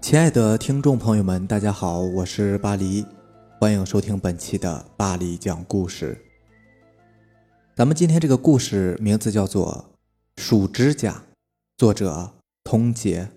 亲爱的听众朋友们，大家好，我是巴黎，欢迎收听本期的巴黎讲故事。咱们今天这个故事名字叫做数指甲，作者童杰。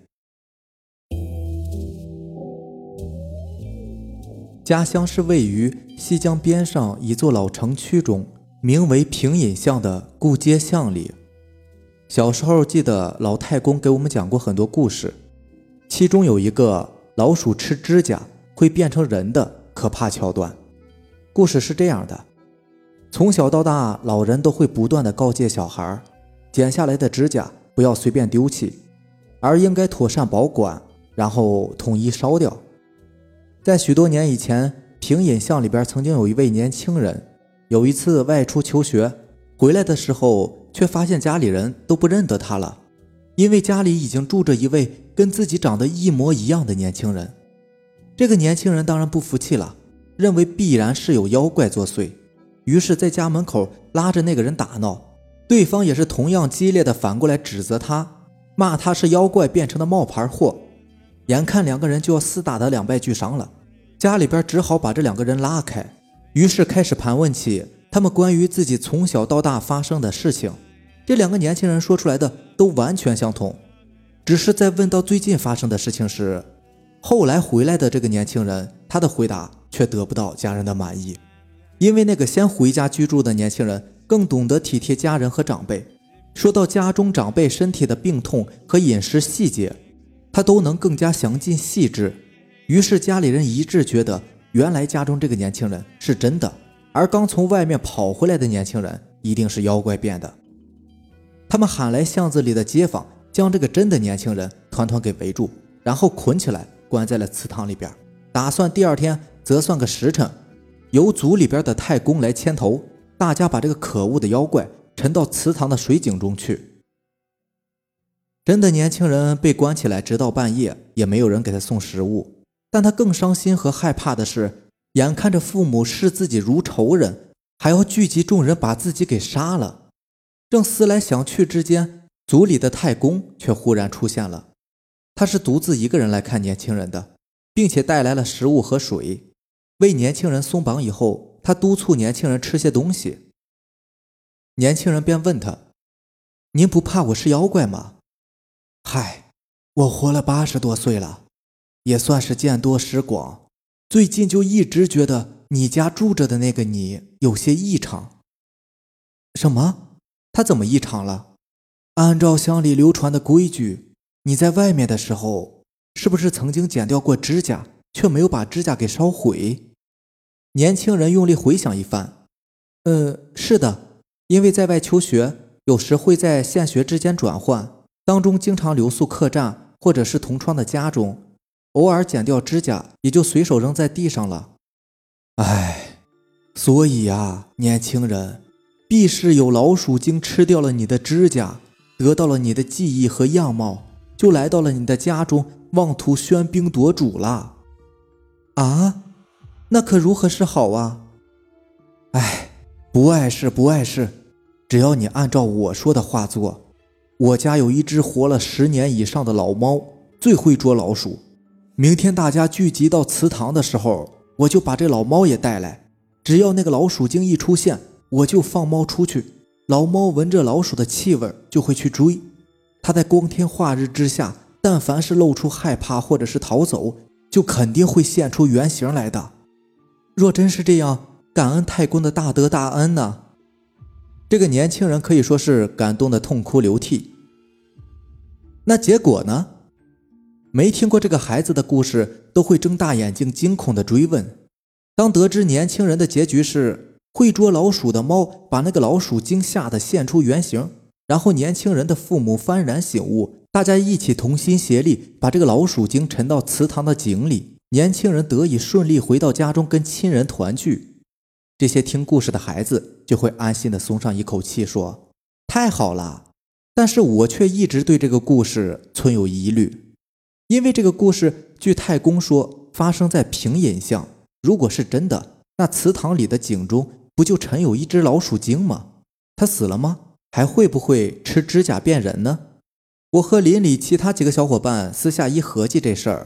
家乡是位于西江边上一座老城区中，名为平隐巷的顾街巷里。小时候记得老太公给我们讲过很多故事，其中有一个老鼠吃指甲会变成人的可怕桥段。故事是这样的，从小到大，老人都会不断地告诫小孩，剪下来的指甲不要随便丢弃，而应该妥善保管，然后统一烧掉。在许多年以前，平隐巷里边曾经有一位年轻人，有一次外出求学，回来的时候却发现家里人都不认得他了，因为家里已经住着一位跟自己长得一模一样的年轻人。这个年轻人当然不服气了，认为必然是有妖怪作祟，于是在家门口拉着那个人打闹，对方也是同样激烈的反过来指责他，骂他是妖怪变成的冒牌货。眼看两个人就要厮打得两败俱伤了，家里边只好把这两个人拉开，于是开始盘问起他们关于自己从小到大发生的事情。这两个年轻人说出来的都完全相同，只是在问到最近发生的事情时，后来回来的这个年轻人，他的回答却得不到家人的满意。因为那个先回家居住的年轻人更懂得体贴家人和长辈，说到家中长辈身体的病痛和饮食细节，他都能更加详尽细致。于是家里人一致觉得，原来家中这个年轻人是真的，而刚从外面跑回来的年轻人一定是妖怪变的。他们喊来巷子里的街坊，将这个真的年轻人团团给围住，然后捆起来关在了祠堂里边，打算第二天择算个时辰，由族里边的太公来牵头，大家把这个可恶的妖怪沉到祠堂的水井中去。真的年轻人被关起来直到半夜，也没有人给他送食物，但他更伤心和害怕的是，眼看着父母视自己如仇人，还要聚集众人把自己给杀了。正思来想去之间，族里的太公却忽然出现了。他是独自一个人来看年轻人的，并且带来了食物和水。为年轻人松绑以后，他督促年轻人吃些东西。年轻人便问他，您不怕我是妖怪吗？嗨，我活了80多岁了，也算是见多识广，最近就一直觉得你家住着的那个你有些异常。什么？他怎么异常了？按照乡里流传的规矩，你在外面的时候，是不是曾经剪掉过指甲，却没有把指甲给烧毁？年轻人用力回想一番，是的，因为在外求学，有时会在县学之间转换，当中经常留宿客栈或者是同窗的家中，偶尔剪掉指甲，也就随手扔在地上了。唉，所以啊，年轻人，必是有老鼠精吃掉了你的指甲，得到了你的记忆和样貌，就来到了你的家中，妄图喧宾夺主了。啊，那可如何是好啊？唉，不碍事不碍事，只要你按照我说的话做。我家有一只活了10年以上的老猫，最会捉老鼠。明天大家聚集到祠堂的时候，我就把这老猫也带来，只要那个老鼠精一出现，我就放猫出去，老猫闻着老鼠的气味就会去追。它在光天化日之下，但凡是露出害怕或者是逃走，就肯定会现出原形来的。若真是这样，感恩太公的大德大恩呢。这个年轻人可以说是感动的痛哭流涕。那结果呢？没听过这个孩子的故事都会睁大眼睛惊恐地追问。当得知年轻人的结局是会捉老鼠的猫把那个老鼠精吓得现出原形，然后年轻人的父母幡然醒悟，大家一起同心协力把这个老鼠精沉到祠堂的井里，年轻人得以顺利回到家中跟亲人团聚。这些听故事的孩子就会安心地松上一口气，说太好了。但是我却一直对这个故事存有疑虑，因为这个故事据太公说发生在平隐巷，如果是真的，那祠堂里的井中不就沉有一只老鼠精吗？他死了吗？还会不会吃指甲变人呢？我和邻里其他几个小伙伴私下一合计这事儿，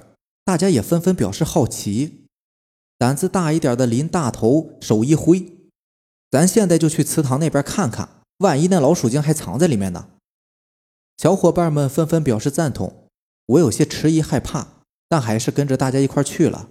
大家也纷纷表示好奇。胆子大一点的林大头手一挥，咱现在就去祠堂那边看看，万一那老鼠精还藏在里面呢。小伙伴们纷纷表示赞同，我有些迟疑害怕，但还是跟着大家一块去了。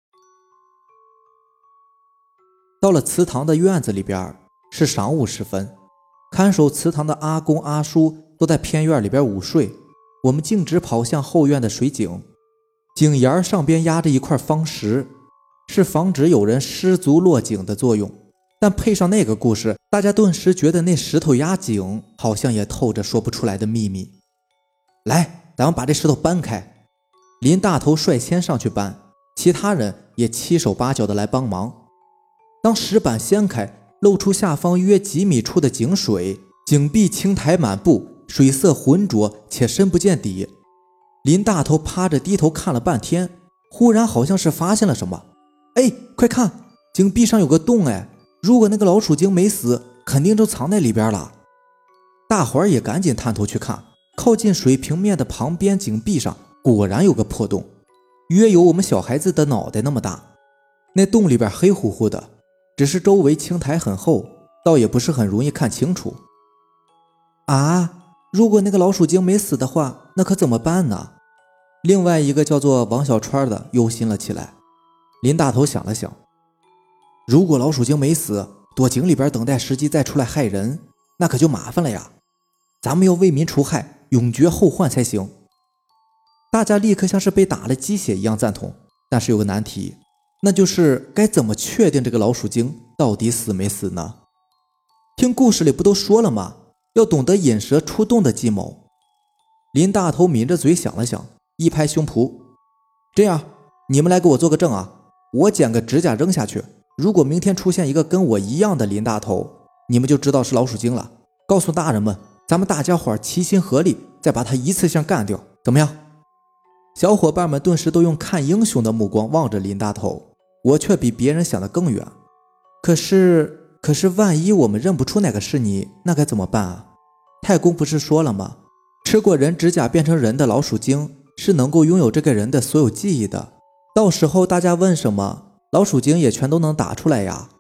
到了祠堂的院子里边，是晌午时分，看守祠堂的阿公阿叔都在偏院里边午睡，我们径直跑向后院的水井，井沿上边压着一块方石，是防止有人失足落井的作用。但配上那个故事，大家顿时觉得那石头压井好像也透着说不出来的秘密。来，咱们把这石头搬开。林大头率先上去搬，其他人也七手八脚的来帮忙。当石板掀开，露出下方约几米处的井水，井壁青苔满布，水色浑浊且深不见底。林大头趴着低头看了半天，忽然好像是发现了什么。哎，快看，井壁上有个洞哎！如果那个老鼠精没死，肯定就藏在里边了。大伙儿也赶紧探头去看，靠近水平面的旁边井壁上果然有个破洞，约有我们小孩子的脑袋那么大。那洞里边黑乎乎的，只是周围青苔很厚，倒也不是很容易看清楚。啊，如果那个老鼠精没死的话，那可怎么办呢？另外一个叫做王小川的忧心了起来。林大头想了想，如果老鼠精没死，躲井里边等待时机再出来害人，那可就麻烦了呀。咱们要为民除害，永绝后患才行。大家立刻像是被打了鸡血一样赞同，但是有个难题，那就是该怎么确定这个老鼠精到底死没死呢？听故事里不都说了吗？要懂得引蛇出洞的计谋。林大头抿着嘴想了想，一拍胸脯，这样，你们来给我做个证啊，我剪个指甲扔下去，如果明天出现一个跟我一样的林大头，你们就知道是老鼠精了。告诉大人们，咱们大家伙齐心合力，再把它一次性干掉，怎么样？小伙伴们顿时都用看英雄的目光望着林大头，我却比别人想得更远。可是万一我们认不出哪个是你，那该怎么办啊？太公不是说了吗？吃过人指甲变成人的老鼠精是能够拥有这个人的所有记忆的，到时候大家问什么，老鼠精也全都能打出来呀。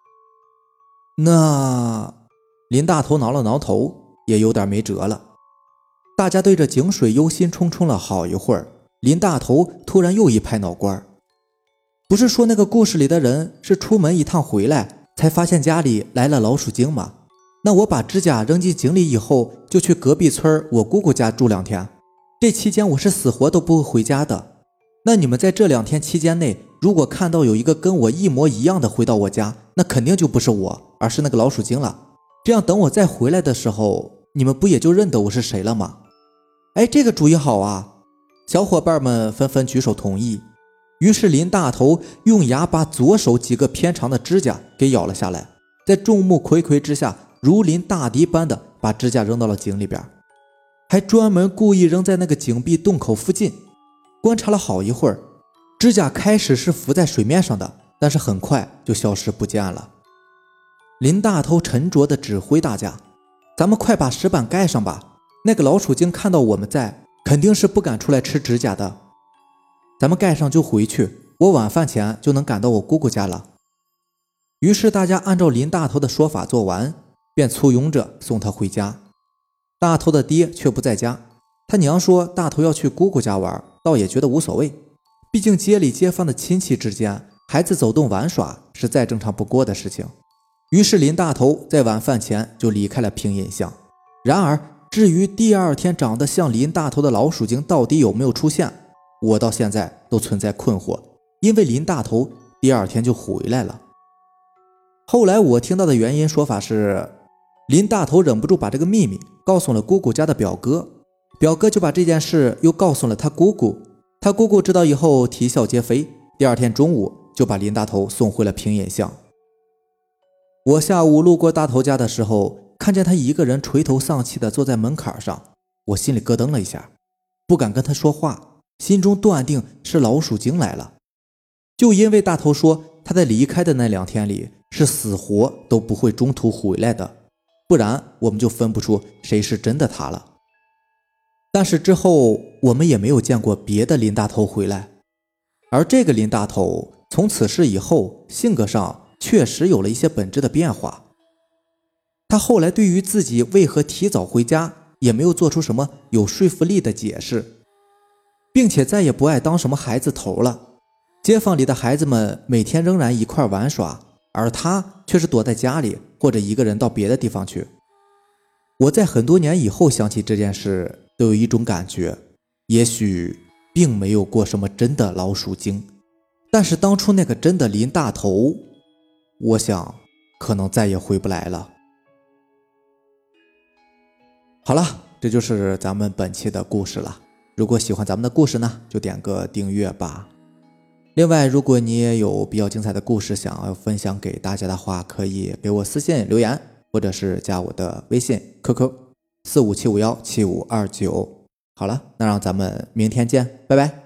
那林大头挠了挠头，也有点没辙了。大家对着井水忧心忡忡了好一会儿，林大头突然又一拍脑瓜，不是说那个故事里的人是出门一趟回来才发现家里来了老鼠精吗？那我把指甲扔进井里以后，就去隔壁村我姑姑家住2天，这期间我是死活都不会回家的。那你们在这2天期间内，如果看到有一个跟我一模一样的回到我家，那肯定就不是我，而是那个老鼠精了。这样等我再回来的时候，你们不也就认得我是谁了吗？哎，这个主意好啊！小伙伴们纷纷举手同意。于是林大头用牙把左手几个偏长的指甲给咬了下来，在众目睽睽之下，如临大敌般的把指甲扔到了井里边，还专门故意扔在那个井壁洞口附近。观察了好一会儿，指甲开始是浮在水面上的，但是很快就消失不见了。林大头沉着地指挥大家，咱们快把石板盖上吧，那个老鼠精看到我们在，肯定是不敢出来吃指甲的。咱们盖上就回去，我晚饭前就能赶到我姑姑家了。于是大家按照林大头的说法做完，便簇拥着送他回家。大头的爹却不在家，他娘说大头要去姑姑家玩，倒也觉得无所谓，毕竟街里街坊的亲戚之间，孩子走动玩耍是再正常不过的事情。于是林大头在晚饭前就离开了平隐巷。然而至于第2天长得像林大头的老鼠精到底有没有出现，我到现在都存在困惑，因为林大头第2天就回来了。后来我听到的原因说法是，林大头忍不住把这个秘密告诉了姑姑家的表哥，表哥就把这件事又告诉了他姑姑，他姑姑知道以后啼笑皆非，第2天中午就把林大头送回了平隐巷。我下午路过大头家的时候，看见他一个人垂头丧气地坐在门槛上，我心里咯噔了一下，不敢跟他说话，心中断定是老鼠精来了。就因为大头说他在离开的那2天里是死活都不会中途回来的，不然我们就分不出谁是真的他了。但是之后我们也没有见过别的林大头回来， 而这个林大头从此事以后，性格上确实有了一些本质的变化。他后来对于自己为何提早回家也没有做出什么有说服力的解释，并且再也不爱当什么孩子头了。街坊里的孩子们每天仍然一块玩耍，而他却是躲在家里或者一个人到别的地方去。我在很多年以后想起这件事，都有一种感觉，也许并没有过什么真的老鼠精，但是当初那个真的林大头，我想可能再也回不来了。好了，这就是咱们本期的故事了。如果喜欢咱们的故事呢，就点个订阅吧。另外，如果你也有比较精彩的故事想要分享给大家的话，可以给我私信留言，或者是加我的微信 QQ 457517529。好了，那让咱们明天见，拜拜。